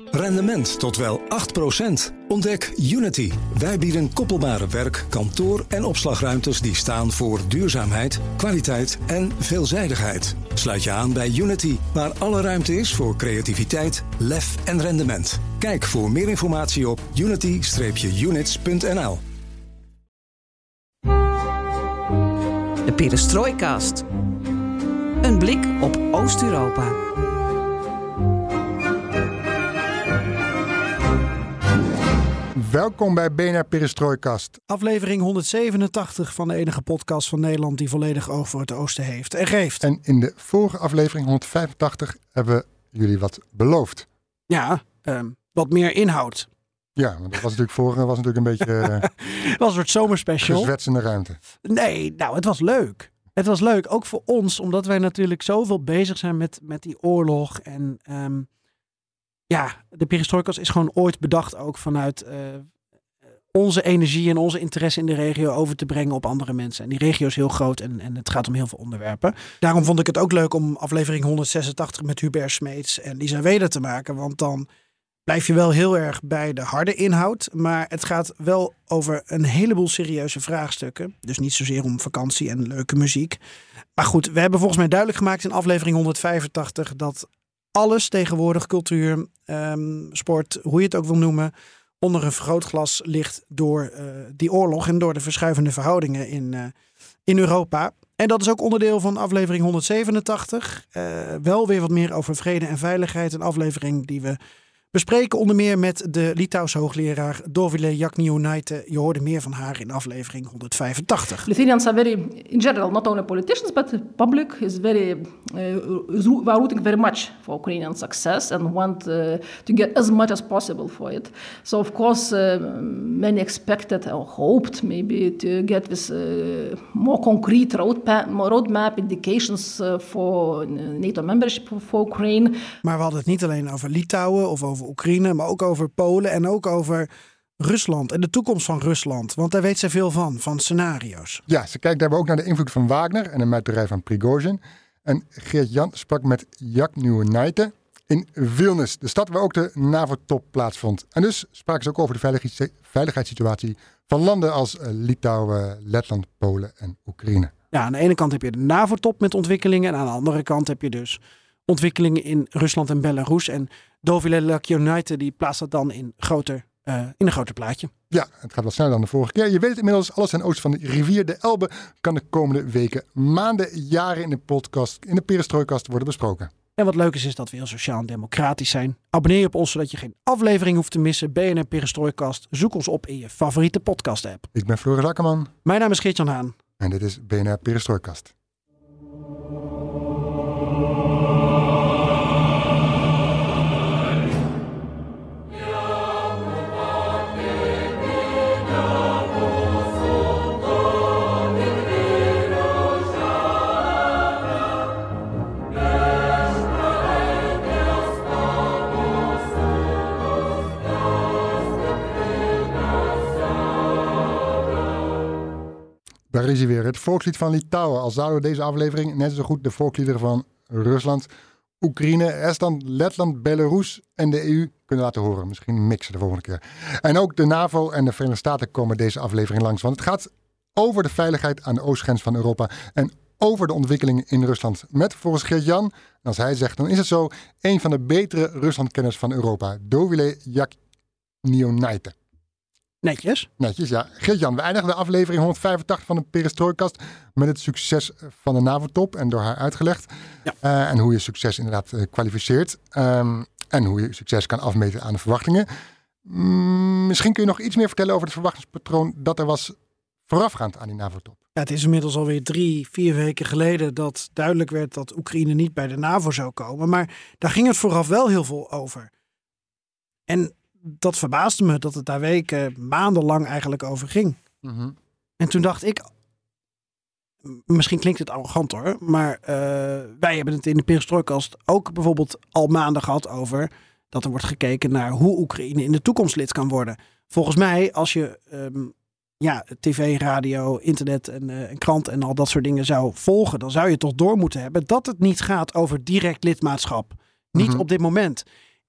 Rendement tot wel 8%. Ontdek Unity. Wij bieden koppelbare werk, kantoor en opslagruimtes die staan voor duurzaamheid, kwaliteit en veelzijdigheid. Sluit je aan bij Unity, waar alle ruimte is voor creativiteit, lef en rendement. Kijk voor meer informatie op unity-units.nl. De Perestrooikast. Een blik op Oost-Europa. Welkom bij BNR Perestrooikast. Aflevering 187 van de enige podcast van Nederland die volledig oog voor het oosten heeft en geeft. En in de vorige aflevering 185 hebben we jullie wat beloofd. Ja, wat meer inhoud. Ja, want dat was natuurlijk een beetje Het was een soort zomerspecial. gezwetsende ruimte. Nee, nou het was leuk. Het was leuk, ook voor ons, omdat wij natuurlijk zoveel bezig zijn met die oorlog. En de Perestrooikast is gewoon ooit bedacht ook vanuit onze energie en onze interesse in de regio over te brengen op andere mensen. En die regio is heel groot en het gaat om heel veel onderwerpen. Daarom vond ik het ook leuk om aflevering 186 met Hubert Smeets en Lisa Weder te maken. Want dan blijf je wel heel erg bij de harde inhoud. Maar het gaat wel over een heleboel serieuze vraagstukken. Dus niet zozeer om vakantie en leuke muziek. Maar goed, we hebben volgens mij duidelijk gemaakt in aflevering 185 dat alles tegenwoordig, cultuur, sport, hoe je het ook wil noemen, onder een vergrootglas ligt door die oorlog en door de verschuivende verhoudingen in Europa. En dat is ook onderdeel van aflevering 187. Wel weer wat meer over vrede en veiligheid. Een aflevering die we bespreken onder meer met de Litouwse hoogleraar Dovile Jakniūnaite. Je hoorde meer van haar in aflevering 185. Lithuanians are very, in general, not only politicians, but the public is very, are rooting very much for Ukrainian success and want to get as much as possible for it. So of course, many expected or hoped maybe to get this more concrete roadmap indications for NATO membership for Ukraine. Maar we hadden het niet alleen over Litouwen of over Oekraïne, maar ook over Polen en ook over Rusland en de toekomst van Rusland. Want daar weet ze veel van scenario's. Ja, ze kijkt daarbij ook naar de invloed van Wagner en de muiterij van Prigozhin. En Geert-Jan sprak met Jakniūnaite in Vilnius, de stad waar ook de NAVO-top plaatsvond. En dus spraken ze ook over de veiligheidssituatie van landen als Litouwen, Letland, Polen en Oekraïne. Ja, aan de ene kant heb je de NAVO-top met ontwikkelingen en aan de andere kant heb je dus ontwikkelingen in Rusland en Belarus. En Dovile Jakniūnaite die plaatst dat dan in een groter plaatje. Ja, het gaat wat sneller dan de vorige keer. Je weet het inmiddels, alles ten oosten van de rivier de Elbe kan de komende weken, maanden, jaren in de Perestrooikast worden besproken. En wat leuk is dat we heel sociaal en democratisch zijn. Abonneer je op ons zodat je geen aflevering hoeft te missen. BNR Perestrooikast. Zoek ons op in je favoriete podcast app. Ik ben Floris Akkerman. Mijn naam is Geert-Jan Haan. En dit is BNR Perestrooikast. Daar is hij weer, het volkslied van Litouwen. Al zouden we deze aflevering net zo goed de volksliederen van Rusland, Oekraïne, Estland, Letland, Belarus en de EU kunnen laten horen. Misschien mixen de volgende keer. En ook de NAVO en de Verenigde Staten komen deze aflevering langs. Want het gaat over de veiligheid aan de oostgrens van Europa en over de ontwikkelingen in Rusland. Met volgens Geert-Jan, en als hij zegt, dan is het zo, een van de betere Ruslandkenners van Europa. Dovile Jakniūnaite. Netjes, ja. Geert-Jan, we eindigen de aflevering 185 van de Perestrooikast met het succes van de NAVO-top en door haar uitgelegd. Ja. En hoe je succes inderdaad kwalificeert. En hoe je succes kan afmeten aan de verwachtingen. Misschien kun je nog iets meer vertellen over het verwachtingspatroon dat er was voorafgaand aan die NAVO-top. Ja, het is inmiddels alweer 3-4 weken geleden dat duidelijk werd dat Oekraïne niet bij de NAVO zou komen. Maar daar ging het vooraf wel heel veel over. En dat verbaasde me dat het daar weken, maandenlang eigenlijk over ging. Mm-hmm. En toen dacht ik, misschien klinkt het arrogant hoor, maar wij hebben het in de Perestrooikast ook bijvoorbeeld al maanden gehad over dat er wordt gekeken naar hoe Oekraïne in de toekomst lid kan worden. Volgens mij, als je tv, radio, internet en krant en al dat soort dingen zou volgen, dan zou je toch door moeten hebben dat het niet gaat over direct lidmaatschap. Niet op dit moment.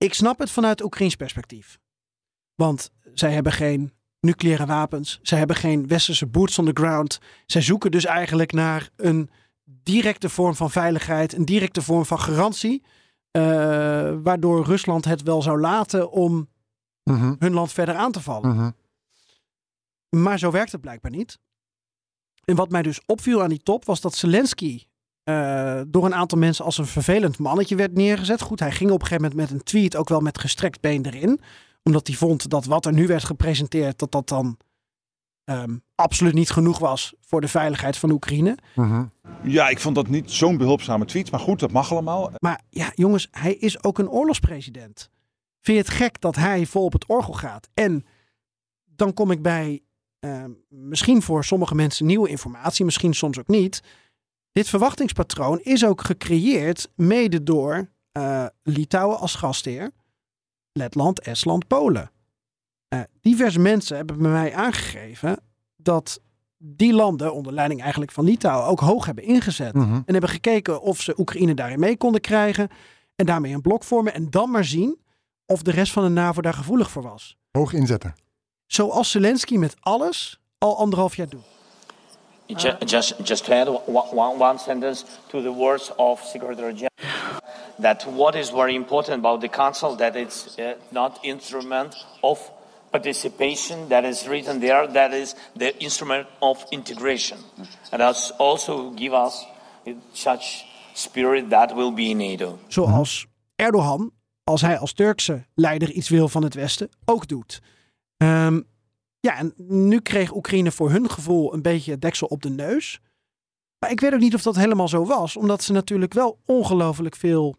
Ik snap het vanuit Oekraïns perspectief. Want zij hebben geen nucleaire wapens. Zij hebben geen westerse boots on the ground. Zij zoeken dus eigenlijk naar een directe vorm van veiligheid. Een directe vorm van garantie. Waardoor Rusland het wel zou laten om hun land verder aan te vallen. Maar zo werkt het blijkbaar niet. En wat mij dus opviel aan die top was dat Zelensky door een aantal mensen als een vervelend mannetje werd neergezet. Goed, hij ging op een gegeven moment met een tweet ook wel met gestrekt been erin. Omdat hij vond dat wat er nu werd gepresenteerd, dat dan absoluut niet genoeg was voor de veiligheid van Oekraïne. Ja, ik vond dat niet zo'n behulpzame tweet. Maar goed, dat mag allemaal. Maar ja, jongens, hij is ook een oorlogspresident. Vind je het gek dat hij vol op het orgel gaat? En dan kom ik bij misschien voor sommige mensen nieuwe informatie, misschien soms ook niet. Dit verwachtingspatroon is ook gecreëerd mede door Litouwen als gastheer, Letland, Estland, Polen. Diverse mensen hebben bij mij aangegeven dat die landen, onder leiding eigenlijk van Litouwen, ook hoog hebben ingezet. En hebben gekeken of ze Oekraïne daarin mee konden krijgen. En daarmee een blok vormen. En dan maar zien of de rest van de NAVO daar gevoelig voor was. Hoog inzetten. Zoals Zelensky met alles al 1,5 jaar doet. Just to add one sentence to the words of Secretary General, that what is very important about the Council, that it's not instrument of participation that is written there, that is the instrument of integration. And that's also give us such spirit that will be in NATO. Zoals Erdogan, als hij als Turkse leider iets wil van het Westen, ook doet. Ja, en nu kreeg Oekraïne voor hun gevoel een beetje het deksel op de neus. Maar ik weet ook niet of dat helemaal zo was. Omdat ze natuurlijk wel ongelooflijk veel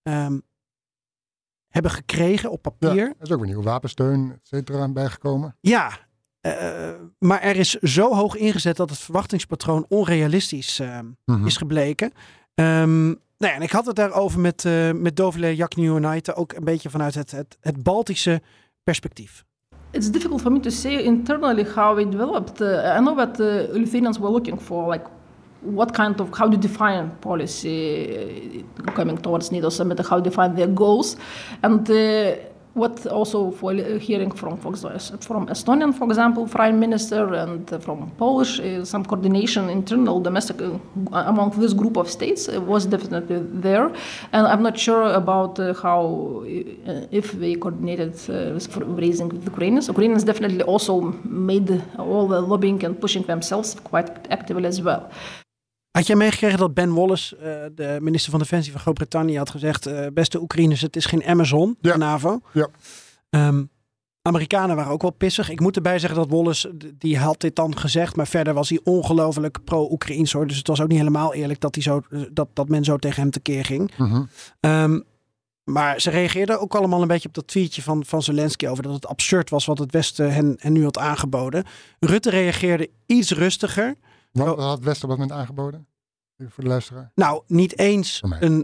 hebben gekregen op papier. Ja, er is ook weer nieuwe wapensteun, et cetera, bijgekomen. Ja, maar er is zo hoog ingezet dat het verwachtingspatroon onrealistisch is gebleken. Nou ja, en ik had het daarover met Dovile Jakniunaite ook een beetje vanuit het Baltische perspectief. It's difficult for me to say internally how it developed. I know that the Lithuanians were looking for like what kind of, how to define policy coming towards NATO summit, how to define their goals, and what also for hearing from Estonian, for example, Prime Minister, and from Polish, some coordination internal domestic among this group of states was definitely there, and I'm not sure about how if they coordinated raising the Ukrainians. Ukrainians definitely also made all the lobbying and pushing themselves quite actively as well. Had jij meegekregen dat Ben Wallace, de minister van Defensie van Groot-Brittannië, had gezegd, beste Oekraïners, het is geen Amazon, de NAVO. Ja. Amerikanen waren ook wel pissig. Ik moet erbij zeggen dat Wallace, die had dit dan gezegd, maar verder was hij ongelooflijk pro-Oekraïns hoor. Dus het was ook niet helemaal eerlijk dat men zo tegen hem tekeer ging. Maar ze reageerden ook allemaal een beetje op dat tweetje van Zelensky over dat het absurd was wat het Westen hen nu had aangeboden. Rutte reageerde iets rustiger. Wat had het Westen op dat moment aangeboden? Even voor de luisteraar. Nou, niet eens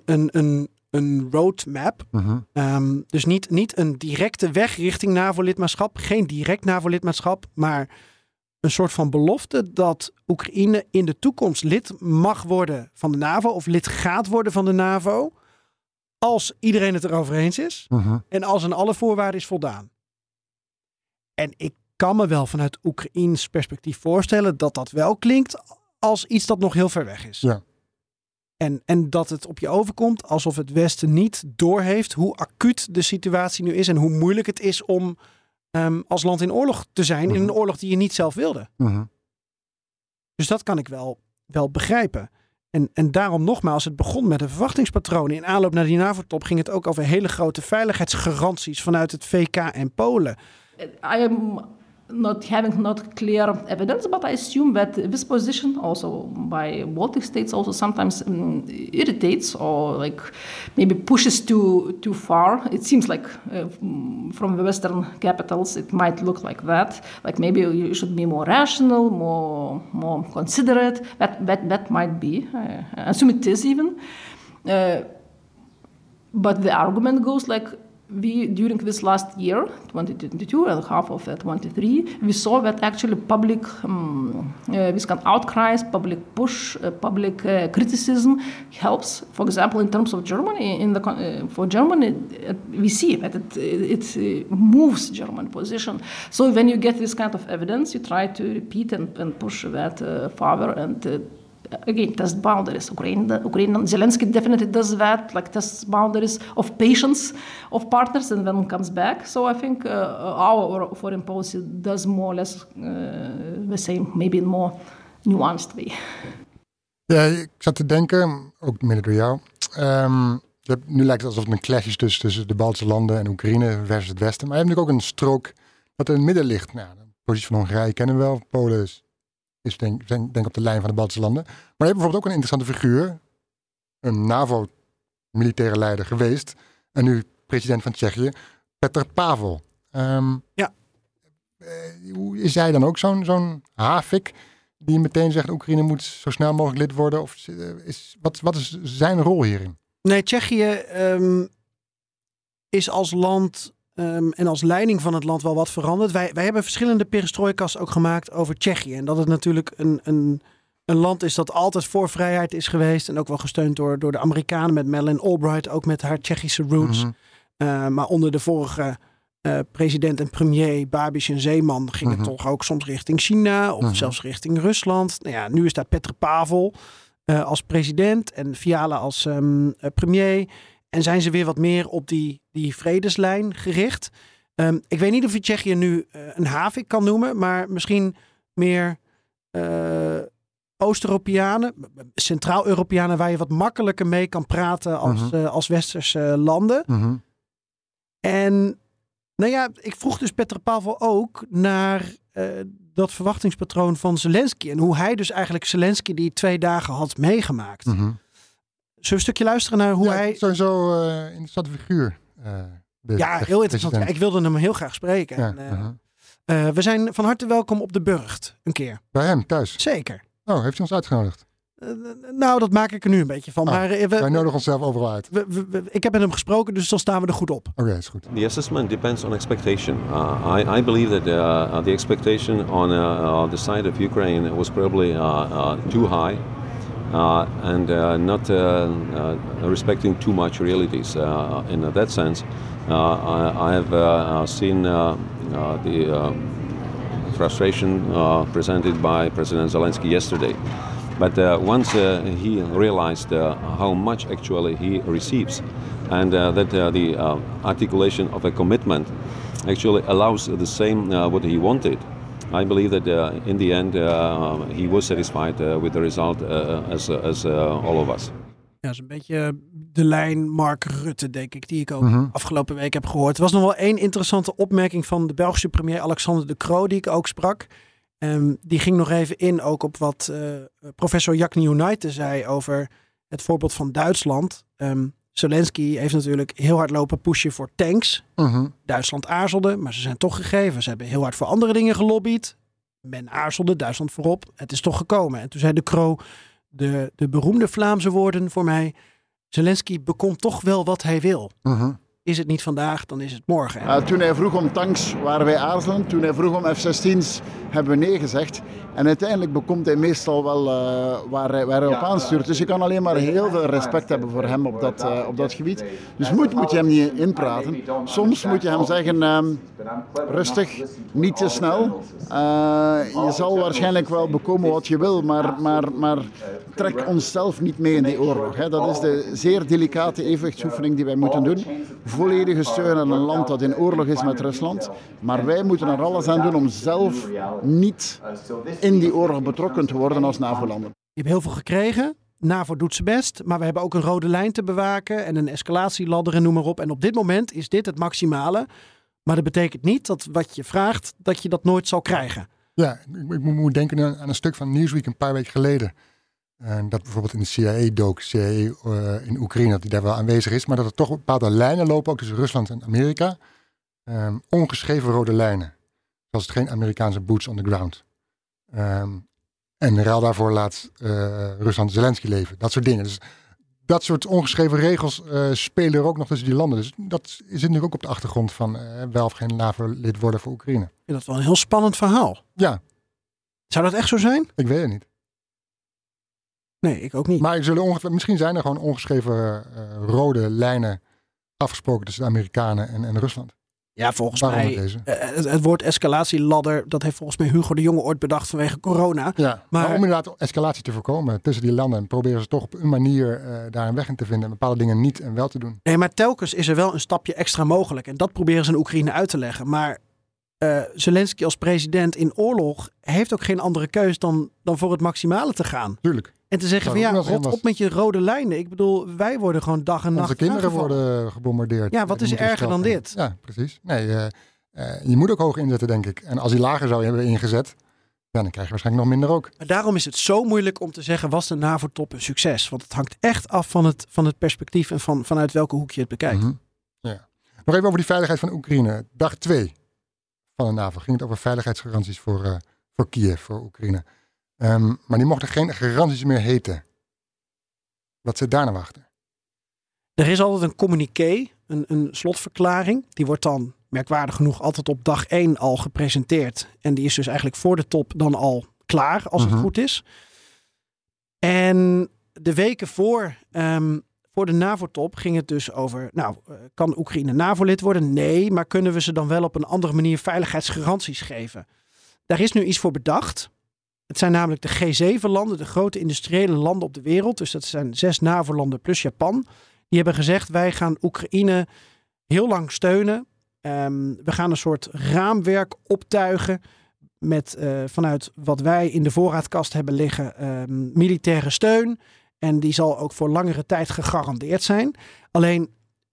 een roadmap. Dus niet een directe weg richting NAVO-lidmaatschap. Geen direct NAVO-lidmaatschap. Maar een soort van belofte dat Oekraïne in de toekomst lid mag worden van de NAVO. Of lid gaat worden van de NAVO. Als iedereen het erover eens is. En als aan alle voorwaarden is voldaan. En ik kan me wel vanuit Oekraïens perspectief voorstellen dat dat wel klinkt als iets dat nog heel ver weg is. Ja. En dat het op je overkomt alsof het Westen niet doorheeft hoe acuut de situatie nu is en hoe moeilijk het is om als land in oorlog te zijn. In een oorlog die je niet zelf wilde. Dus dat kan ik wel begrijpen. En daarom nogmaals, het begon met een verwachtingspatroon. In aanloop naar die NAVO-top ging het ook over hele grote veiligheidsgaranties vanuit het VK en Polen. I am not having clear evidence, but I assume that this position also by Baltic states also sometimes irritates or like maybe pushes too far. It seems like from the Western capitals it might look like that. Like maybe you should be more rational, more considerate. That might be. I assume it is even. But the argument goes like, during this last year, 2022 and half of 2023, we saw that actually public, this kind of outcries, public push, public criticism helps. For example, in terms of Germany, for Germany, we see that it moves German position. So when you get this kind of evidence, you try to repeat and push that further and again, test boundaries. Ukraine, Zelensky definitely does that, like tests boundaries of patience of partners and then comes back. So I think our foreign policy does more or less the same, maybe in more nuanced way. Ja, ik zat te denken, ook midden door jou. Nu lijkt het alsof het een clash is tussen de Baltische landen en Oekraïne versus het Westen. Maar je hebt natuurlijk ook een strook dat in het midden ligt. Nou, de positie van Hongarije kennen we wel. Polen is denk op de lijn van de Baltische landen. Maar je hebt bijvoorbeeld ook een interessante figuur. Een NAVO-militaire leider geweest. En nu president van Tsjechië. Petr Pavel. Is hij dan ook zo'n havik die meteen zegt Oekraïne moet zo snel mogelijk lid worden? Of wat is zijn rol hierin? Nee, Tsjechië is als land en als leiding van het land wel wat veranderd. Wij hebben verschillende perestrojkas ook gemaakt over Tsjechië. En dat het natuurlijk een land is dat altijd voor vrijheid is geweest. En ook wel gesteund door de Amerikanen met Madeleine Albright. Ook met haar Tsjechische roots. Mm-hmm. Maar onder de vorige president en premier Babiš en Zeeman ging het toch ook soms richting China. Of zelfs richting Rusland. Nou ja, nu is daar Petr Pavel als president. En Fiala als premier. En zijn ze weer wat meer op die vredeslijn gericht. Ik weet niet of je Tsjechië nu een havik kan noemen. Maar misschien meer Oost-Europeanen. Centraal-Europeanen waar je wat makkelijker mee kan praten als westerse landen. Mm-hmm. En nou ja, ik vroeg dus Petr Pavel ook naar dat verwachtingspatroon van Zelensky. En hoe hij dus eigenlijk Zelensky die 2 dagen had meegemaakt. Mm-hmm. Zullen we een stukje luisteren naar hoe hij... Sowieso interessante figuur. Heel interessant. Ja, ik wilde hem heel graag spreken. Ja, we zijn van harte welkom op de Burgt een keer. Bij hem thuis? Zeker. Oh, heeft hij ons uitgenodigd? Nou, dat maak ik er nu een beetje van. Maar wij nodigen onszelf overal uit. Ik heb met hem gesproken, dus dan staan we er goed op. Oké, is goed. The assessment depends on expectation. I believe that the expectation on the side of Ukraine was probably too high. And not respecting too much realities. In that sense, I have seen the frustration presented by President Zelensky yesterday. But once he realized how much actually he receives, and that the articulation of a commitment actually allows the same what he wanted, I believe that in the end he was satisfied with the result as all of us. Ja, dat is een beetje de lijn Mark Rutte, denk ik, die ik ook afgelopen week heb gehoord. Er was nog wel 1 interessante opmerking van de Belgische premier Alexander De Croo, die ik ook sprak. Die ging nog even in ook op wat professor Jagni United zei over het voorbeeld van Duitsland. Zelensky heeft natuurlijk heel hard lopen pushen voor tanks. Duitsland aarzelde, maar ze zijn toch gegeven. Ze hebben heel hard voor andere dingen gelobbyd. Men aarzelde, Duitsland voorop. Het is toch gekomen. En toen zei De Croo de beroemde Vlaamse woorden voor mij. Zelensky bekomt toch wel wat hij wil. Is het niet vandaag, dan is het morgen. Toen hij vroeg om tanks waren wij aarzelend. Toen hij vroeg om F-16's hebben we nee gezegd. En uiteindelijk bekomt hij meestal wel waar hij op aanstuurt. Dus je kan alleen maar heel veel respect hebben voor hem op dat gebied. Dus moet je hem niet inpraten. Soms moet je hem zeggen, rustig, niet te snel. Je zal waarschijnlijk wel bekomen wat je wil, maar trek onszelf niet mee in die oorlog. Hè. Dat is de zeer delicate evenwichtsoefening die wij moeten doen. Volledige steun aan een land dat in oorlog is met Rusland. Maar wij moeten er alles aan doen om zelf niet in die oorlog betrokken te worden als NAVO-landen. Je hebt heel veel gekregen. NAVO doet zijn best. Maar we hebben ook een rode lijn te bewaken en een escalatieladder en noem maar op. En op dit moment is dit het maximale. Maar dat betekent niet dat wat je vraagt, dat je dat nooit zal krijgen. Ja, ik moet denken aan een stuk van Newsweek een paar weken geleden. En dat bijvoorbeeld in de CIA in Oekraïne, dat die daar wel aanwezig is. Maar dat er toch bepaalde lijnen lopen, ook tussen Rusland en Amerika. Ongeschreven rode lijnen. Zoals het geen Amerikaanse boots on the ground. En ruil daarvoor laat Rusland Zelensky leven. Dat soort dingen. Dus dat soort ongeschreven regels spelen er ook nog tussen die landen. Dus dat zit nu ook op de achtergrond van wel of geen NAVO-lid worden voor Oekraïne. Ik vind dat wel een heel spannend verhaal. Ja. Zou dat echt zo zijn? Ik weet het niet. Nee, ik ook niet. Maar misschien zijn er gewoon ongeschreven rode lijnen afgesproken tussen de Amerikanen en Rusland. Ja, volgens mij, het woord escalatieladder, dat heeft volgens mij Hugo de Jonge ooit bedacht vanwege corona. Ja, maar om inderdaad escalatie te voorkomen tussen die landen, proberen ze toch op een manier daar een weg in te vinden en bepaalde dingen niet en wel te doen. Nee, maar telkens is er wel een stapje extra mogelijk. En dat proberen ze aan Oekraïne uit te leggen. Maar Zelensky als president in oorlog heeft ook geen andere keus dan voor het maximale te gaan. Tuurlijk. En te zeggen van ja, rot op met je rode lijnen. Ik bedoel, wij worden gewoon dag en nacht Onze kinderen aangevallen. worden gebombardeerd. Ja, wat is erger dan dit? Ja, precies. Nee, je moet ook hoog inzetten, denk ik. En als die lager zou hebben ingezet, dan krijg je waarschijnlijk nog minder ook. Maar daarom is het zo moeilijk om te zeggen, was de NAVO-top een succes? Want het hangt echt af van het perspectief en vanuit welke hoek je het bekijkt. Mm-hmm. Ja. Nog even over die veiligheid van Oekraïne. Dag 2 van de NAVO ging het over veiligheidsgaranties voor Kiev, voor Oekraïne. Maar die mochten geen garanties meer heten. Wat zit daar naar wachten? Er is altijd een communiqué, een slotverklaring. Die wordt dan merkwaardig genoeg altijd op dag 1 al gepresenteerd. En die is dus eigenlijk voor de top dan al klaar, als het goed is. En de weken voor de NAVO-top ging het dus over, kan Oekraïne NAVO-lid worden? Nee, maar kunnen we ze dan wel op een andere manier veiligheidsgaranties geven? Daar is nu iets voor bedacht. Het zijn namelijk de G7-landen, de grote industriële landen op de wereld. Dus dat zijn 6 NAVO-landen plus Japan. Die hebben gezegd, wij gaan Oekraïne heel lang steunen. We gaan een soort raamwerk optuigen met vanuit wat wij in de voorraadkast hebben liggen, militaire steun. En die zal ook voor langere tijd gegarandeerd zijn. Alleen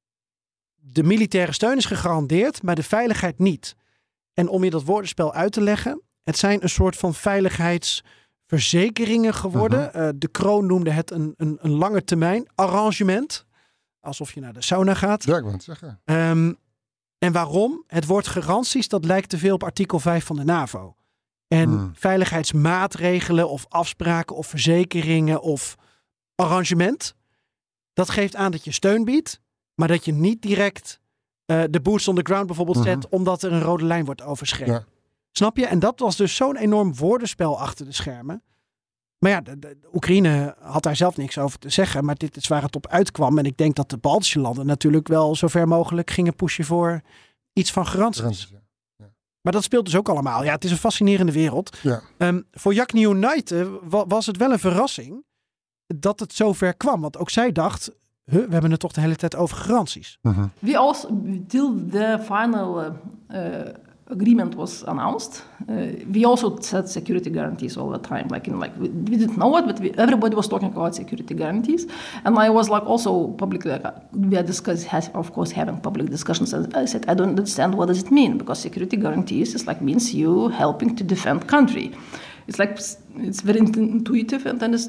de militaire steun is gegarandeerd, maar de veiligheid niet. En om je dat woordenspel uit te leggen, het zijn een soort van veiligheidsverzekeringen geworden. De Kroon noemde het een lange termijn arrangement. Alsof je naar de sauna gaat. Ja, ik wil het zeggen. En waarom? Het woord garanties, dat lijkt te veel op artikel 5 van de NAVO. En veiligheidsmaatregelen of afspraken of verzekeringen of arrangement. Dat geeft aan dat je steun biedt, maar dat je niet direct de boots on the ground bijvoorbeeld zet, omdat er een rode lijn wordt overschreden. Ja. Snap je? En dat was dus zo'n enorm woordenspel achter de schermen. Maar ja, de Oekraïne had daar zelf niks over te zeggen. Maar dit is waar het op uitkwam. En ik denk dat de Baltische landen natuurlijk wel zo ver mogelijk gingen pushen voor iets van garanties. Ja. Maar dat speelt dus ook allemaal. Ja, het is een fascinerende wereld. Ja. Voor Jackni United was het wel een verrassing dat het zo ver kwam. Want ook zij dacht, we hebben het toch de hele tijd over garanties. We also, till the final agreement was announced, we also said security guarantees all the time. We didn't know it, but everybody was talking about security guarantees. And I was also publicly, we had of course having public discussions. And I said, I don't understand what does it mean, because security guarantees is means you helping to defend country. It's very intuitive, and then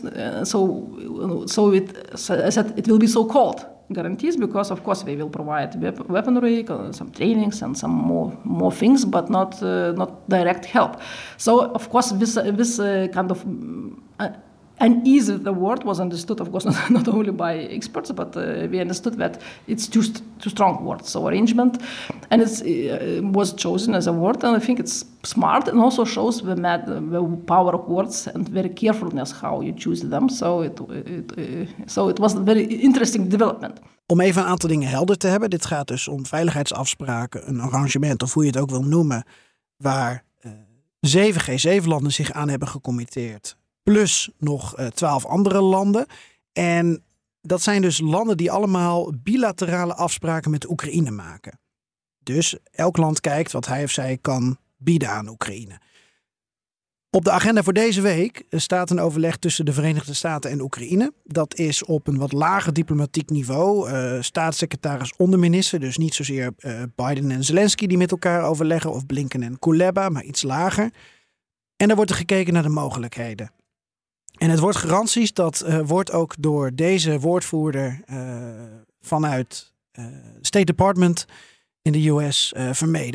I said it will be so-called guarantees, because of course we will provide weaponry, some trainings and some more things, but not direct help. So of course this kind of unease with the word was understood, of course, not only by experts, but we understood that it's too strong word. So arrangement, and it was chosen as a word, and I think it's smart, and also shows the power of words and very carefulness how you choose them. So it was a very interesting development. Om even een aantal dingen helder te hebben. Dit gaat dus om veiligheidsafspraken, een arrangement, of hoe je het ook wil noemen, waar 7 G7-landen zich aan hebben gecommitteerd. Plus nog 12 andere landen. En dat zijn dus landen die allemaal bilaterale afspraken met Oekraïne maken. Dus elk land kijkt wat hij of zij kan bieden aan Oekraïne. Op de agenda voor deze week staat een overleg tussen de Verenigde Staten en Oekraïne. Dat is op een wat lager diplomatiek niveau. Staatssecretaris onderminister, dus niet zozeer Biden en Zelensky die met elkaar overleggen, of Blinken en Kuleba, maar iets lager. En daar wordt er gekeken naar de mogelijkheden. En het woord garanties, dat wordt ook door deze woordvoerder vanuit State Department in de US vermeden.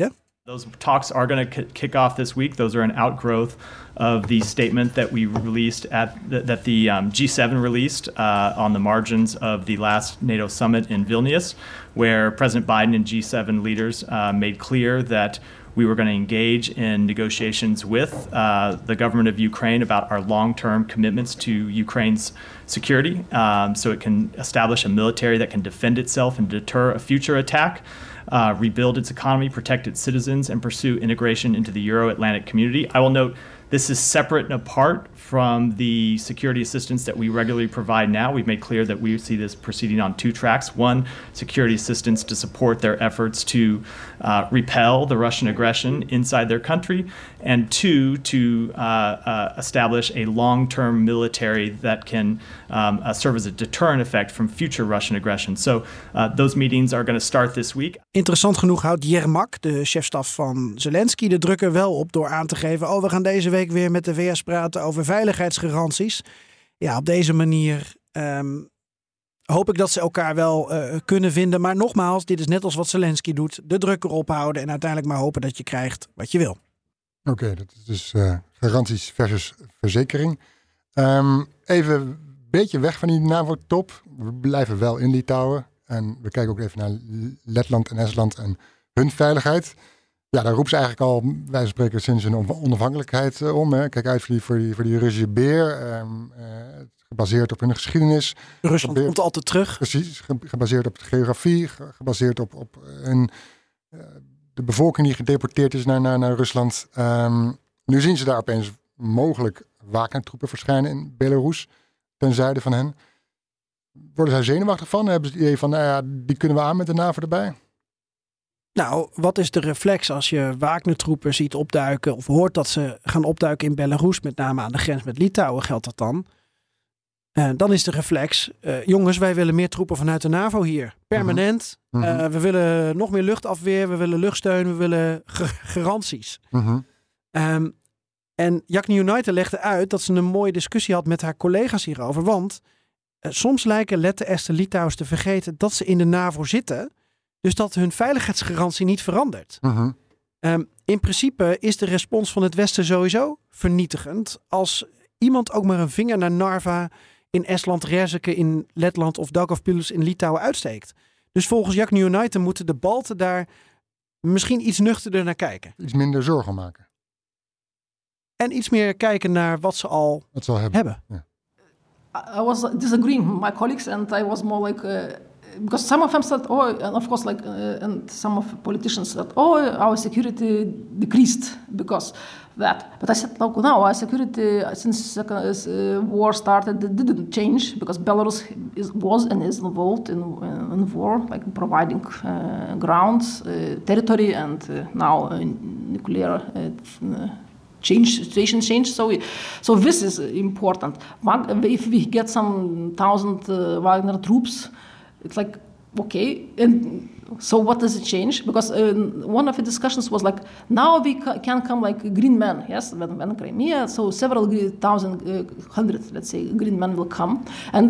Those talks are going to kick off this week. Those are an outgrowth of the statement that we released that the G7 released on the margins of the last NATO summit in Vilnius, where President Biden and G7 leaders made clear that we were going to engage in negotiations with the government of Ukraine about our long-term commitments to Ukraine's security, so it can establish a military that can defend itself and deter a future attack, rebuild its economy, protect its citizens, and pursue integration into the Euro-Atlantic community. I will note this is separate and apart from the security assistance that we regularly provide now. We've made clear that we see this proceeding on 2 tracks. 1, security assistance to support their efforts to repel the Russian aggression inside their country, and 2, to establish a long-term military that can serve as a deterrent effect from future Russian aggression. So those meetings are going to start this week. Interessant genoeg houdt Yermak, de chefstaf van Zelensky, de druk er wel op door aan te geven: we gaan deze week weer met de VS praten over veiligheidsgaranties. Ja, op deze manier hoop ik dat ze elkaar wel kunnen vinden. Maar nogmaals, dit is net als wat Zelensky doet: de druk erop houden en uiteindelijk maar hopen dat je krijgt wat je wil. Oké, dat is dus garanties versus verzekering. Even een beetje weg van die NAVO-top. We blijven wel in Litouwen. En we kijken ook even naar Letland en Estland en hun veiligheid. Ja, daar roepen ze eigenlijk al, wij spreken sinds hun onafhankelijkheid om. Hè. Kijk uit voor die Russische beer. Gebaseerd op hun geschiedenis. Rusland komt altijd terug. Precies, gebaseerd op de geografie. Gebaseerd op de bevolking die gedeporteerd is naar Rusland. Nu zien ze daar opeens mogelijk Wagner-troepen verschijnen in Belarus. Ten zuiden van hen. Worden zij zenuwachtig van? Hebben ze het idee van, die kunnen we aan met de NAVO erbij? Nou, wat is de reflex als je Wagner-troepen ziet opduiken of hoort dat ze gaan opduiken in Belarus, met name aan de grens met Litouwen geldt dat dan? Dan is de reflex, jongens, wij willen meer troepen vanuit de NAVO hier. Permanent. We willen nog meer luchtafweer, we willen luchtsteun, we willen garanties. En Jagni United legde uit dat ze een mooie discussie had met haar collega's hierover, want soms lijken Letten, Esten, Litouwers te vergeten dat ze in de NAVO zitten. Dus dat hun veiligheidsgarantie niet verandert. In principe is de respons van het Westen sowieso vernietigend. Als iemand ook maar een vinger naar Narva in Estland, Rezeke in Letland of Daugavpils in Litouwen uitsteekt. Dus volgens Jagni United moeten de Balten daar misschien iets nuchterder naar kijken. Iets minder zorgen maken. En iets meer kijken naar wat ze al hebben. Ja. I was disagreeing with my colleagues and I was more like... because some of them said, and of course, and some of politicians said, our security decreased because that. But I said, no, our security since war started didn't change because Belarus was and is involved in war, like providing ground, territory, and now nuclear. Situation change. So this is important. If we get some 1,000 Wagner troops, it's like, okay, and so what does it change? Because one of the discussions was like, now we can come like green men, yes, when Crimea, so several hundred, let's say, green men will come, and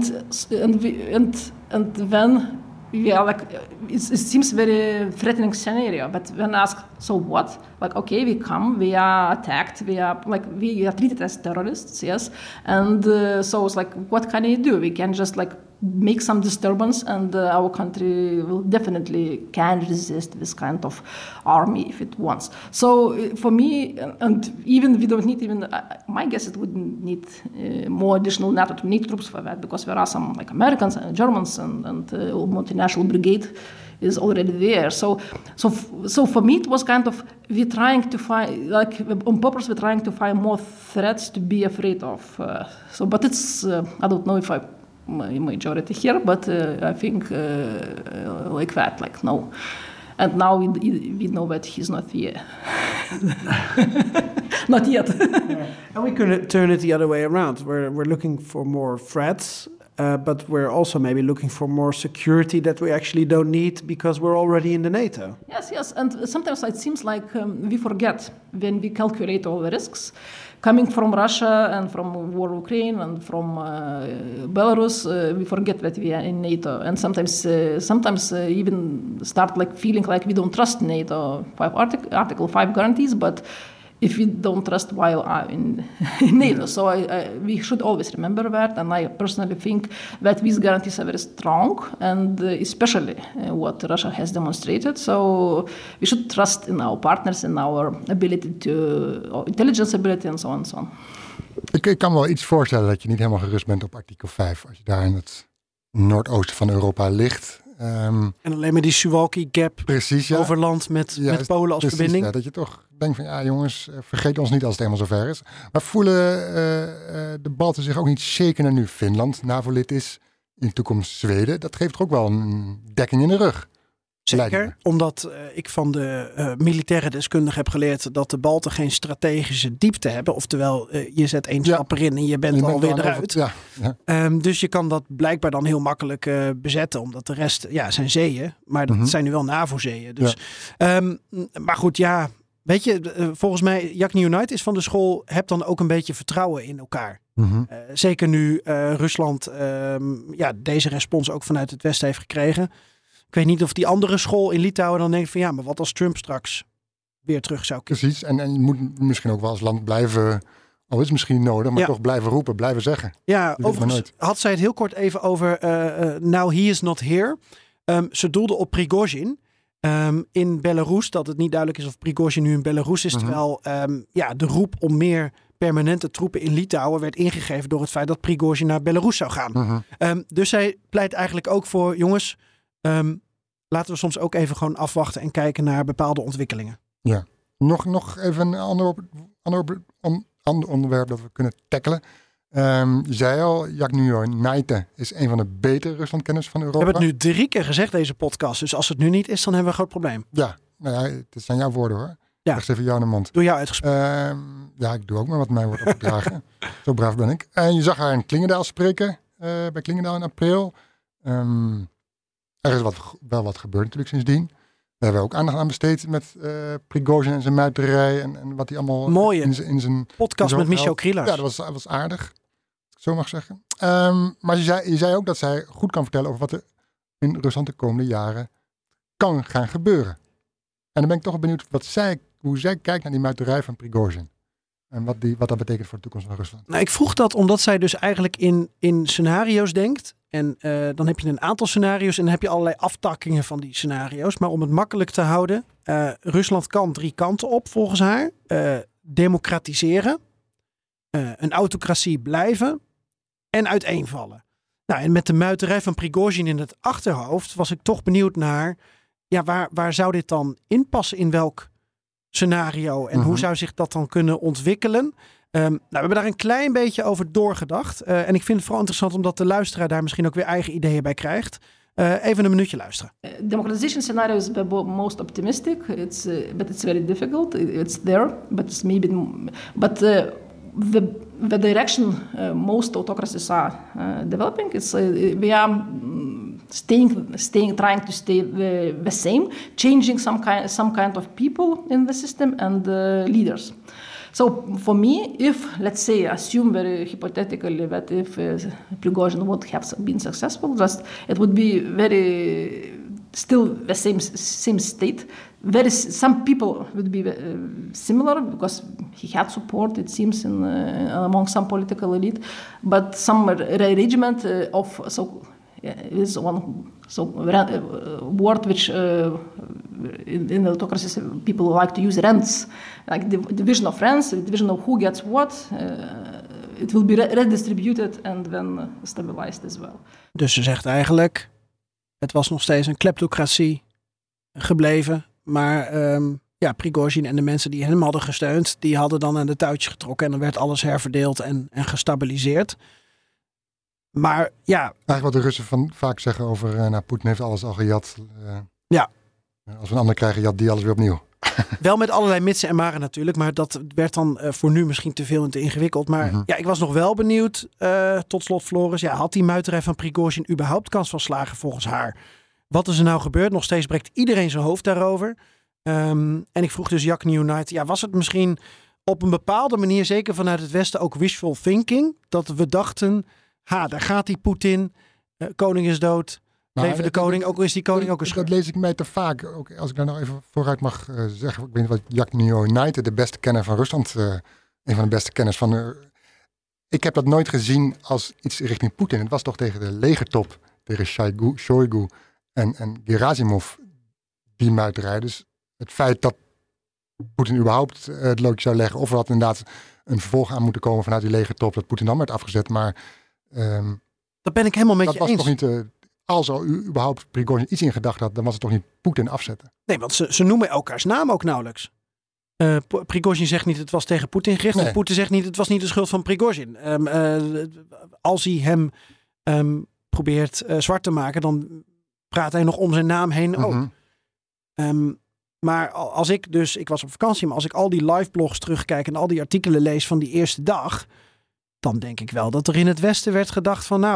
then it seems very threatening scenario. But when asked, so what? Like, okay, we come, we are attacked, we are treated as terrorists, yes, and so it's like, what can you do? We can just like make some disturbance, and our country will definitely can resist this kind of army if it wants. So for me, and even we don't need my guess it wouldn't need more additional NATO to need troops for that, because there are some like Americans and Germans and multinational brigade is already there. So for me it was kind of we're trying to find, like on purpose we're trying to find more threats to be afraid of. But it's I don't know if I majority here, but I think like that, like no. And now we know that he's not here. Not yet. And we could turn it the other way around. We're looking for more threats. but we're also maybe looking for more security that we actually don't need because we're already in the NATO. Yes. And sometimes it seems like we forget when we calculate all the risks coming from Russia and from war Ukraine and from Belarus. We forget that we are in NATO, and sometimes even start like feeling like we don't trust NATO. Article 5 guarantees, but if we don't trust while in NATO. So we should always remember that, and I personally think that these guarantees are very strong, and especially what Russia has demonstrated. So we should trust in our partners, in our ability our intelligence ability, and so on and so on. Ik kan me wel iets voorstellen dat je niet helemaal gerust bent op artikel 5, als je daar in het noordoosten van Europa ligt. En alleen maar die Suwalki Gap over land met Polen als verbinding. Ja, dat je toch denkt van ja jongens, vergeet ons niet als het helemaal zover is. Maar voelen de Balten zich ook niet zeker naar nu Finland NAVO-lid is, in de toekomst Zweden? Dat geeft toch ook wel een dekking in de rug. Zeker, omdat ik van de militaire deskundige heb geleerd dat de Balten geen strategische diepte hebben. Oftewel, je zet één stap erin en je bent alweer eruit. Dus je kan dat blijkbaar dan heel makkelijk bezetten, omdat de rest zijn zeeën. Maar dat zijn nu wel NAVO-zeeën. Dus, maar goed, weet je, volgens mij, Jagni Unite is van de school, heb dan ook een beetje vertrouwen in elkaar. Zeker nu Rusland deze respons ook vanuit het Westen heeft gekregen. Ik weet niet of die andere school in Litouwen dan denkt van maar wat als Trump straks weer terug zou kiezen. Precies, en je moet misschien ook wel als land blijven, al is het misschien niet nodig, maar toch blijven roepen, blijven zeggen. Ja, overigens had zij het heel kort even over now he is not here. Ze doelde op Prigozhin in Belarus, dat het niet duidelijk is of Prigozhin nu in Belarus is, terwijl de roep om meer permanente troepen in Litouwen werd ingegeven door het feit dat Prigozhin naar Belarus zou gaan. Dus zij pleit eigenlijk ook voor, jongens, laten we soms ook even gewoon afwachten en kijken naar bepaalde ontwikkelingen. Ja, nog even een ander onderwerp dat we kunnen tackelen. Je zei al, Jagni Unite is een van de betere Ruslandkenners van Europa. We hebben het nu 3 keer gezegd, deze podcast. Dus als het nu niet is, dan hebben we een groot probleem. Ja, het zijn jouw woorden hoor. Ja. Leg even jou in de mond. Door jou uitgesproken. Ik doe ook maar wat mij wordt opgedragen. Zo braaf ben ik. En je zag haar in Klingendaal spreken. Bij Klingendaal in april. Er is wel wat gebeurd natuurlijk sindsdien. Daar hebben we ook aandacht aan besteed met Prigozhin en zijn muiterij. En wat hij allemaal mooie in zijn podcast met Michel Krielaars. Ja, dat was aardig. Als ik zo mag zeggen. Maar je zei ook dat zij goed kan vertellen over wat er in Rusland de komende jaren kan gaan gebeuren. En dan ben ik toch benieuwd hoe zij kijkt naar die muiterij van Prigozhin. En wat dat betekent voor de toekomst van Rusland. Nou, ik vroeg dat omdat zij dus eigenlijk in scenario's denkt. En dan heb je een aantal scenario's en dan heb je allerlei aftakkingen van die scenario's. Maar om het makkelijk te houden, Rusland kan 3 kanten op volgens haar. Democratiseren, een autocratie blijven en uiteenvallen. Nou, en met de muiterij van Prigozhin in het achterhoofd was ik toch benieuwd naar, waar zou dit dan inpassen, in welk scenario en hoe zou zich dat dan kunnen ontwikkelen? We hebben daar een klein beetje over doorgedacht. En ik vind het vooral interessant omdat de luisteraar daar misschien ook weer eigen ideeën bij krijgt. Even een minuutje luisteren. Democratization scenario is the most optimistic. But it's very difficult. It's there, but it's maybe. But the direction most autocracies are developing is we are trying to stay the same, changing some kind of people in the system and leaders. So for me, if, let's say, assume very hypothetically that if Prigozhin would have been successful, it would be very still the same state. Some people would be similar because he had support, it seems, among some political elite, but some regiment of is one word which in the autocracies people like to use rents, like the division of rents, the division of who gets what. It will be redistributed and then stabilized as well. Dus ze zegt eigenlijk, het was nog steeds een kleptocratie gebleven, maar Prigozhin en de mensen die hem hadden gesteund, die hadden dan aan de touwtjes getrokken en dan werd alles herverdeeld en gestabiliseerd. Maar ja. Eigenlijk wat de Russen vaak zeggen over, Poetin heeft alles al gejat. Als we een ander krijgen, jat die alles weer opnieuw. Wel met allerlei mitsen en maren natuurlijk. Maar dat werd dan voor nu misschien te veel en te ingewikkeld. Maar ik was nog wel benieuwd. Tot slot, Floris. Ja, had die muiterij van Prigozhin überhaupt kans van slagen volgens haar? Wat is er nou gebeurd? Nog steeds breekt iedereen zijn hoofd daarover. En ik vroeg dus Jack Newnight. Ja, was het misschien op een bepaalde manier, zeker vanuit het Westen, ook wishful thinking? Dat we dachten, daar gaat die Poetin. Koning is dood. Leven de koning, ook is die koning ook een schurk. Dat lees ik mij te vaak. Ook als ik daar nou even vooruit mag zeggen. Ik weet niet wat Jack Newnight, de beste kenner van Rusland. Een van de beste kenners van... ik heb dat nooit gezien als iets richting Poetin. Het was toch tegen de legertop. Tegen Shoigu en Gerasimov. Die muiterij. Dus het feit dat Poetin überhaupt het loodje zou leggen. Of er had inderdaad een vervolg aan moeten komen vanuit die legertop. Dat Poetin dan werd afgezet. Maar... dat ben ik helemaal met je eens. Dat was toch niet... als er überhaupt Prigozhin iets in gedacht had, dan was het toch niet Poetin afzetten? Nee, want ze noemen elkaars naam ook nauwelijks. Prigozhin zegt niet het was tegen Poetin gericht. Nee. Poetin zegt niet het was niet de schuld van Prigozhin. Als hij hem probeert zwart te maken, dan praat hij nog om zijn naam heen ook. Maar als ik was op vakantie, maar als ik al die live blogs terugkijk en al die artikelen lees van die eerste dag, dan denk ik wel dat er in het Westen werd gedacht van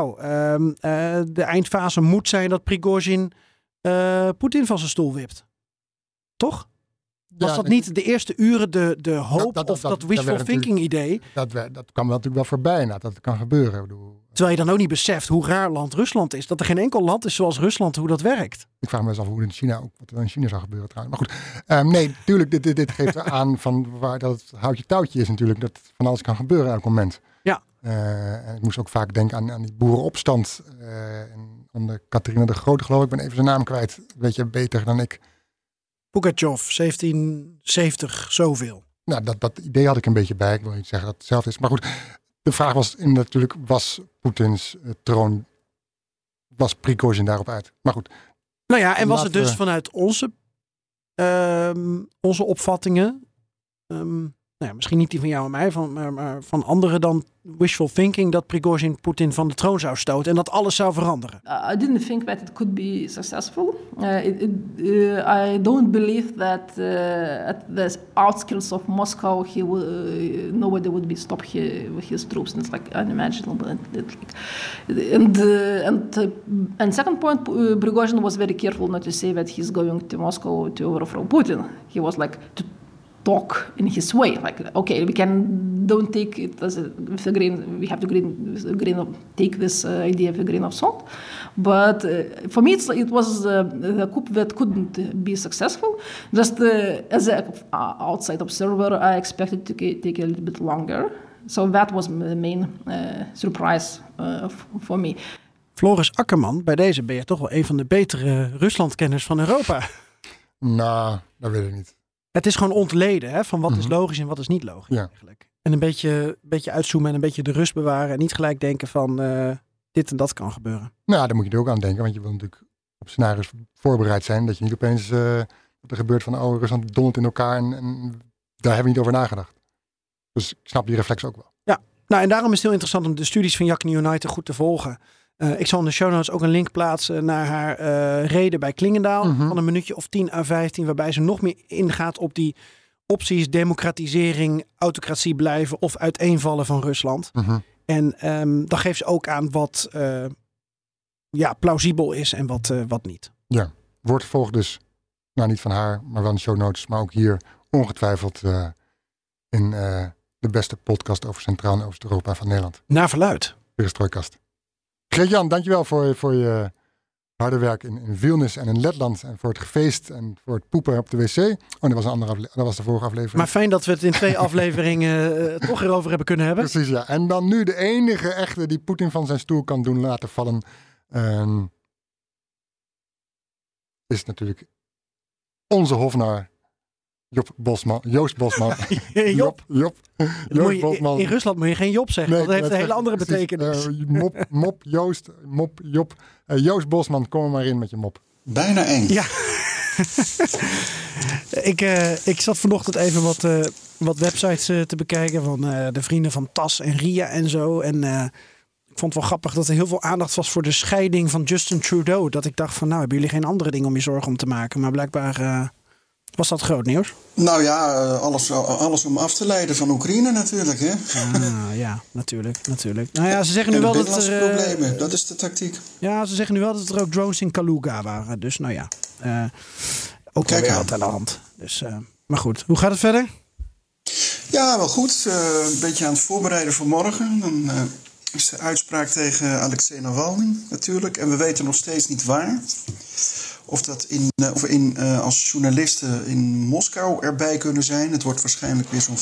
de eindfase moet zijn dat Prigozhin Poetin van zijn stoel wipt. Toch? Was dat niet de eerste uren de hoop dat wishful thinking idee? Dat kwam natuurlijk wel voorbij. Dat kan gebeuren. Terwijl je dan ook niet beseft hoe raar land Rusland is. Dat er geen enkel land is zoals Rusland, hoe dat werkt. Ik vraag me eens af hoe in China ook, wat er in China zou gebeuren trouwens. Maar goed, nee, natuurlijk, dit geeft aan van waar dat het houtje touwtje is natuurlijk. Dat van alles kan gebeuren op elk moment. Ja. En ik moest ook vaak denken aan die boerenopstand. Onder Catharina de Grote, geloof ik. Ik ben even zijn naam kwijt. Weet je beter dan ik. Pugachev, 1770, zoveel. Nou, dat idee had ik een beetje bij. Ik wil niet zeggen dat het hetzelfde is. Maar goed, de vraag was natuurlijk, was Poetins troon, was Prigozhin daarop uit? Maar goed. Nou ja, en was het dus vanuit onze opvattingen, misschien niet die van jou en mij, maar van anderen dan wishful thinking dat Prigozhin Poetin van de troon zou stoten en dat alles zou veranderen? I didn't think that it could be successful. I don't believe that at the outskirts of Moscow nobody would stop his troops. It's like unimaginable. And second point, Prigozhin was very careful not to say that he's going to Moscow to overthrow Putin. He was like to talk in his way, like, okay, don't take it with a grain. We have to take this idea with a grain of salt. But for me, it was the coup that couldn't be successful. Just as an outside observer, I expected to take a little bit longer. So that was the main surprise for me. Floris Akkerman, bij deze ben je toch wel een van de betere Ruslandkenners van Europa. Nou, dat weet ik niet. Het is gewoon ontleden van wat is logisch en wat is niet logisch eigenlijk. En een beetje uitzoomen en een beetje de rust bewaren. En niet gelijk denken van dit en dat kan gebeuren. Nou, daar moet je er ook aan denken. Want je wil natuurlijk op scenario's voorbereid zijn. Dat je niet opeens wat er gebeurt van Rusland dondert in elkaar. En daar hebben we niet over nagedacht. Dus ik snap die reflex ook wel. Ja, nou en daarom is het heel interessant om de studies van Jack Newnight goed te volgen. Ik zal in de show notes ook een link plaatsen naar haar reden bij Klingendaal. Van een minuutje of 10 à 15. Waarbij ze nog meer ingaat op die opties democratisering, autocratie blijven of uiteenvallen van Rusland. En dan geeft ze ook aan wat plausibel is en wat niet. Ja, wordt volgt dus, nou niet van haar, maar wel in de show notes. Maar ook hier ongetwijfeld in de beste podcast over Centraal- en Oost-Europa van Nederland. Naar verluid. Perestrojkast. Geert-Jan, dankjewel voor je harde werk in Vilnius en in Letland. En voor het gefeest en voor het poepen op de wc. Dat was dat was de vorige aflevering. Maar fijn dat we het in 2 afleveringen toch erover hebben kunnen hebben. Precies, ja. En dan nu de enige echte die Poetin van zijn stoel kan doen laten vallen. Is natuurlijk onze hofnar Joost Bosman. Joost Bosman. In Rusland moet je geen Job zeggen, want dat heeft een hele andere betekenis. Job. Joost Bosman, kom er maar in met je mop. Bijna eng. Ja. Ik zat vanochtend even wat websites te bekijken van de vrienden van TAS en RIA en zo. En ik vond het wel grappig dat er heel veel aandacht was voor de scheiding van Justin Trudeau. Dat ik dacht van, hebben jullie geen andere dingen om je zorgen om te maken? Maar blijkbaar Was dat groot nieuws? Nou ja, alles om af te leiden van Oekraïne natuurlijk. Hè? Ja, natuurlijk. Nou ja, ze zeggen nu wel dat er problemen, dat is de tactiek. Ja, ze zeggen nu wel dat er ook drones in Kaluga waren. Dus nou ja, ook weer wat aan de hand. Dus, maar goed, hoe gaat het verder? Ja, wel goed. Een beetje aan het voorbereiden voor morgen. Dan is de uitspraak tegen Alexei Navalny natuurlijk. En we weten nog steeds niet waar. Of we als journalisten in Moskou erbij kunnen zijn. Het wordt waarschijnlijk weer zo'n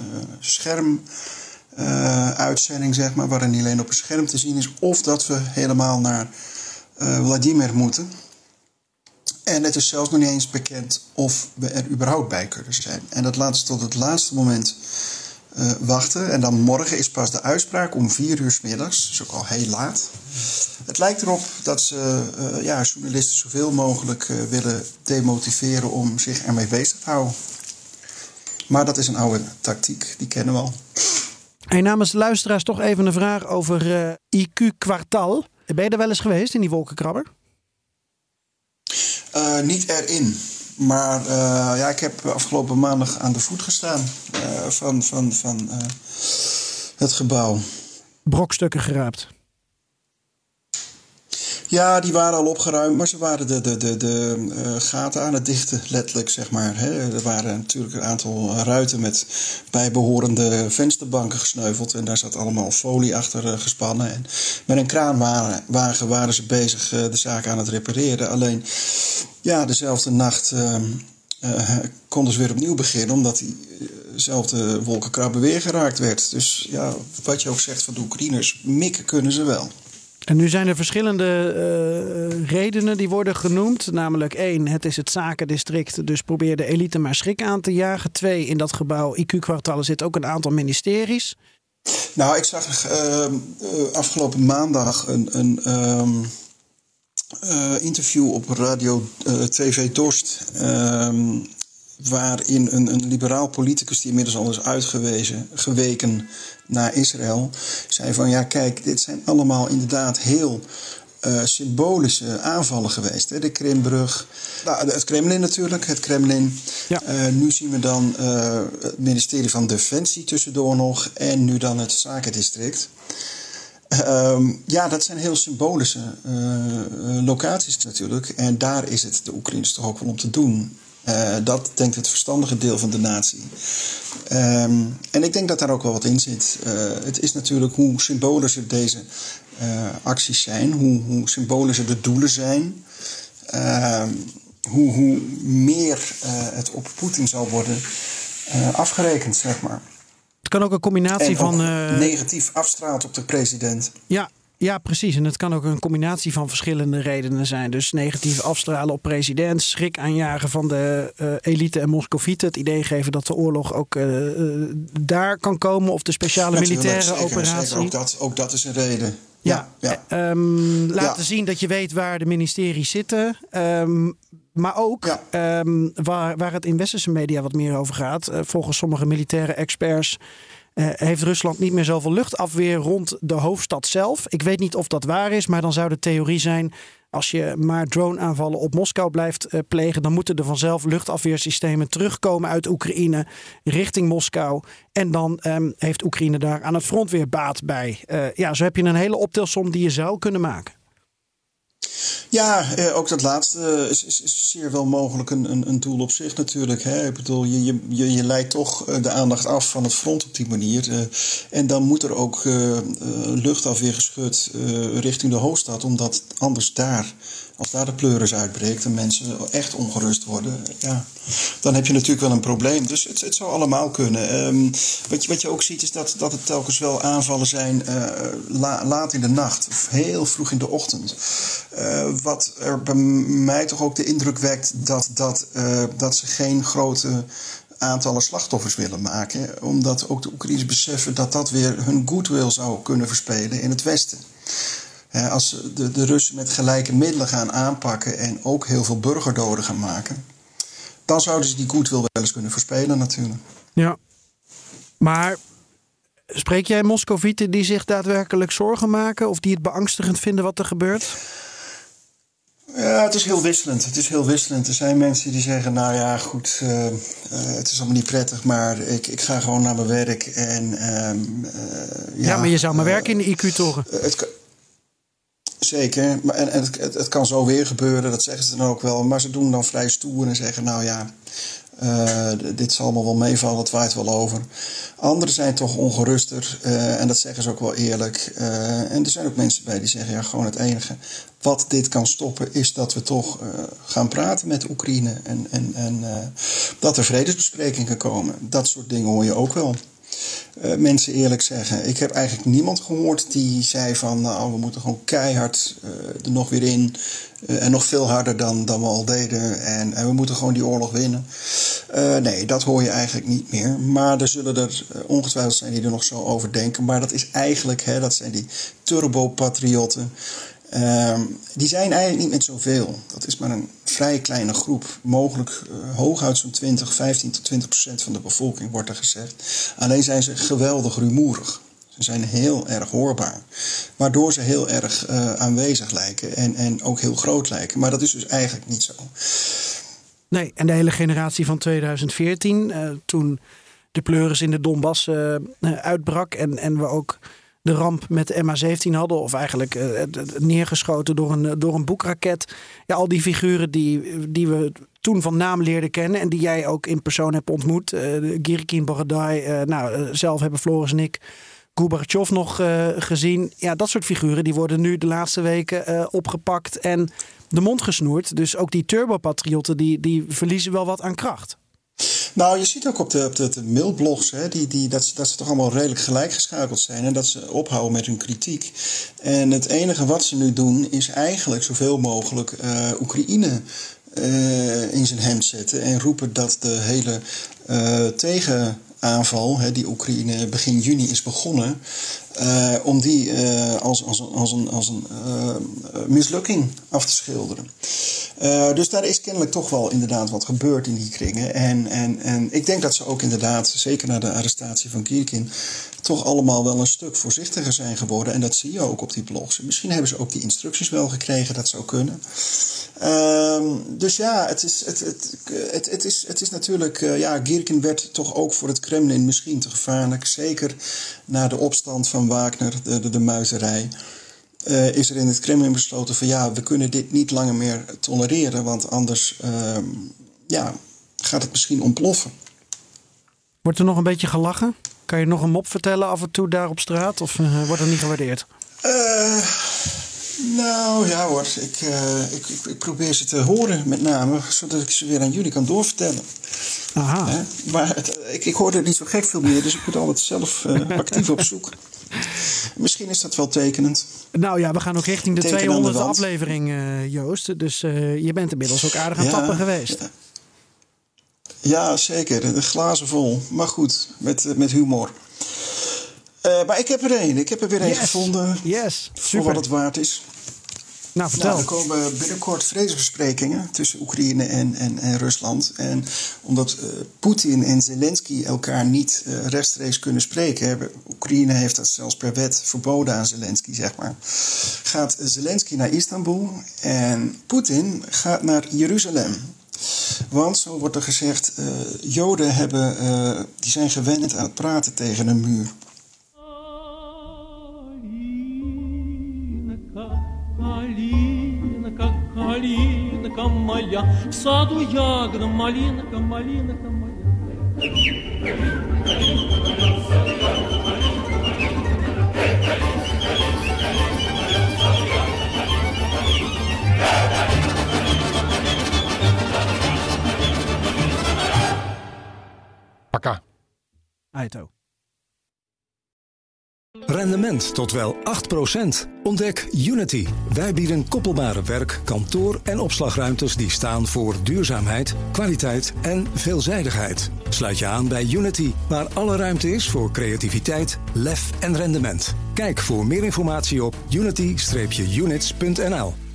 schermuitzending, zeg maar, waarin niet alleen op een scherm te zien is. Of dat we helemaal naar Vladimir moeten. En het is zelfs nog niet eens bekend of we er überhaupt bij kunnen zijn. En dat laten ze tot het laatste moment wachten. En dan morgen is pas de uitspraak om 4:00 's middags. Dat is ook al heel laat. Het lijkt erop dat ze journalisten zoveel mogelijk willen demotiveren om zich ermee bezig te houden. Maar dat is een oude tactiek, die kennen we al. Hey, namens de luisteraars toch even een vraag over IQ-kwartal. Ben je er wel eens geweest in die wolkenkrabber? Niet erin. Maar ik heb afgelopen maandag aan de voet gestaan van het gebouw. Brokstukken geraapt. Ja, die waren al opgeruimd, maar ze waren de gaten aan het dichten, letterlijk, zeg maar. Hè. Er waren natuurlijk een aantal ruiten met bijbehorende vensterbanken gesneuveld. En daar zat allemaal folie achter gespannen. En met een kraanwagen waren ze bezig de zaak aan het repareren. Alleen, ja, dezelfde nacht konden ze weer opnieuw beginnen, omdat diezelfde wolkenkrabber weer geraakt werd. Dus ja, wat je ook zegt van de Oekraïners, mikken kunnen ze wel. En nu zijn er verschillende redenen die worden genoemd. Namelijk 1, het is het zakendistrict, dus probeer de elite maar schrik aan te jagen. 2, in dat gebouw IQ-kwartallen zit ook een aantal ministeries. Nou, ik zag afgelopen maandag een interview op radio TV Dorst. Waarin een liberaal politicus die inmiddels al is geweken naar Israël, zei van ja, kijk, dit zijn allemaal inderdaad heel symbolische aanvallen geweest. Hè? De Krimbrug, het Kremlin natuurlijk, het Kremlin. Ja. Nu zien we dan het ministerie van Defensie tussendoor nog en nu dan het zakendistrict. Dat zijn heel symbolische locaties natuurlijk. En daar is het de Oekraïners toch ook wel om te doen. Dat denkt het verstandige deel van de natie. En ik denk dat daar ook wel wat in zit. Het is natuurlijk hoe symbolischer deze acties zijn, hoe symbolischer de doelen zijn, hoe meer het op Poetin zal worden afgerekend, zeg maar. Het kan ook een combinatie van negatief afstraalt op de president. Ja, precies. En het kan ook een combinatie van verschillende redenen zijn. Dus negatief afstralen op president, schrik aanjagen van de elite en Moscovieten. Het idee geven dat de oorlog ook daar kan komen of de speciale militaire operatie. Zeker, ook dat is een reden. Laten zien dat je weet waar de ministeries zitten. Maar ook waar het in westerse media wat meer over gaat. Volgens sommige militaire experts heeft Rusland niet meer zoveel luchtafweer rond de hoofdstad zelf. Ik weet niet of dat waar is, maar dan zou de theorie zijn, als je maar drone-aanvallen op Moskou blijft plegen, dan moeten er vanzelf luchtafweersystemen terugkomen uit Oekraïne richting Moskou. En dan heeft Oekraïne daar aan het front weer baat bij. Zo heb je een hele optelsom die je zou kunnen maken. Ja, ook dat laatste is zeer wel mogelijk een doel op zich natuurlijk. Hè. Ik bedoel, je leidt toch de aandacht af van het front op die manier. En dan moet er ook luchtafweergeschut richting de hoofdstad. Omdat anders als daar de pleuris uitbreekt en mensen echt ongerust worden, ja, dan heb je natuurlijk wel een probleem. Dus het zou allemaal kunnen. Wat je ook ziet is dat het telkens wel aanvallen zijn laat in de nacht of heel vroeg in de ochtend. Wat er bij mij toch ook de indruk wekt dat ze geen grote aantallen slachtoffers willen maken. Omdat ook de Oekraïners beseffen dat dat weer hun goodwill zou kunnen verspelen in het Westen. Als de Russen met gelijke middelen gaan aanpakken en ook heel veel burgerdoden gaan maken, dan zouden ze die goodwill wel eens kunnen verspelen natuurlijk. Ja, maar spreek jij Moscovieten die zich daadwerkelijk zorgen maken of die het beangstigend vinden wat er gebeurt? Ja, het is heel wisselend. Er zijn mensen die zeggen, nou ja, goed, het is allemaal niet prettig, maar ik ga gewoon naar mijn werk. En, maar je zou maar werken in de IQ-toren. Zeker, en het kan zo weer gebeuren, dat zeggen ze dan ook wel. Maar ze doen dan vrij stoer en zeggen, nou ja, dit zal allemaal wel meevallen, het waait wel over. Anderen zijn toch ongeruster en dat zeggen ze ook wel eerlijk. En er zijn ook mensen bij die zeggen, ja, gewoon het enige wat dit kan stoppen is dat we toch gaan praten met Oekraïne. En dat er vredesbesprekingen komen. Dat soort dingen hoor je ook wel. Mensen eerlijk zeggen. Ik heb eigenlijk niemand gehoord die zei van, nou, we moeten gewoon keihard er nog weer in. En nog veel harder dan we al deden. En we moeten gewoon die oorlog winnen. Nee, dat hoor je eigenlijk niet meer. Maar er zullen er ongetwijfeld zijn die er nog zo over denken. Maar dat is eigenlijk, dat zijn die turbopatriotten. Die zijn eigenlijk niet met zoveel. Dat is maar een vrij kleine groep. Mogelijk hooguit zo'n 15 tot 20% van de bevolking wordt er gezegd. Alleen zijn ze geweldig rumoerig. Ze zijn heel erg hoorbaar. Waardoor ze heel erg aanwezig lijken en ook heel groot lijken. Maar dat is dus eigenlijk niet zo. Nee, en de hele generatie van 2014, toen de pleuris in de Donbass uitbrak en we ook de ramp met de MH17 hadden, of eigenlijk neergeschoten door een boekraket. Ja, al die figuren die we toen van naam leerden kennen en die jij ook in persoon hebt ontmoet. Girkin, Borodai, zelf hebben Floris en ik Gorbachev nog gezien. Ja, dat soort figuren die worden nu de laatste weken opgepakt en de mond gesnoerd. Dus ook die turbopatriotten die verliezen wel wat aan kracht. Nou, je ziet ook op de mailblogs dat ze toch allemaal redelijk gelijkgeschakeld zijn. En dat ze ophouden met hun kritiek. En het enige wat ze nu doen is eigenlijk zoveel mogelijk Oekraïne in zijn hemd zetten. En roepen dat de hele tegenaanval die Oekraïne begin juni is begonnen, om die als een mislukking af te schilderen. Dus daar is kennelijk toch wel inderdaad wat gebeurd in die kringen. En ik denk dat ze ook inderdaad, zeker na de arrestatie van Girkin, toch allemaal wel een stuk voorzichtiger zijn geworden. En dat zie je ook op die blogs. Misschien hebben ze ook die instructies wel gekregen, dat zou kunnen. Dus ja, het is natuurlijk, Girkin werd toch ook voor het Kremlin misschien te gevaarlijk. Zeker na de opstand van Wagner, de muiterij. Is er in het Kremlin besloten van we kunnen dit niet langer meer tolereren, want anders gaat het misschien ontploffen. Wordt er nog een beetje gelachen? Kan je nog een mop vertellen af en toe daar op straat? Of wordt dat niet gewaardeerd? Nou ja hoor, ik probeer ze te horen met name, zodat ik ze weer aan jullie kan doorvertellen. Aha. Maar ik hoor er niet zo gek veel meer, dus ik moet altijd zelf actief op zoek. Misschien is dat wel tekenend. Nou ja, we gaan ook richting de 200e aflevering, Joost. Dus je bent inmiddels ook aardig aan het tappen geweest. Ja, zeker. De glazen vol. Maar goed, met humor. Maar ik heb er één. Ik heb er weer één gevonden. Yes, voor wat het waard is. Nou, vertel. Er komen binnenkort vredesbesprekingen tussen Oekraïne en Rusland. En omdat Poetin en Zelensky elkaar niet rechtstreeks kunnen spreken, Oekraïne heeft dat zelfs per wet verboden aan Zelensky, zeg maar, gaat Zelensky naar Istanbul en Poetin gaat naar Jeruzalem. Want, zo wordt er gezegd, Joden die zijn gewend aan het praten tegen een muur. Малинка моя, в саду ягода, малинка, малинка моя. Paka. Aito. Rendement tot wel 8%. Ontdek Unity. Wij bieden koppelbare werk-, kantoor- en opslagruimtes die staan voor duurzaamheid, kwaliteit en veelzijdigheid. Sluit je aan bij Unity, waar alle ruimte is voor creativiteit, lef en rendement. Kijk voor meer informatie op unity-units.nl.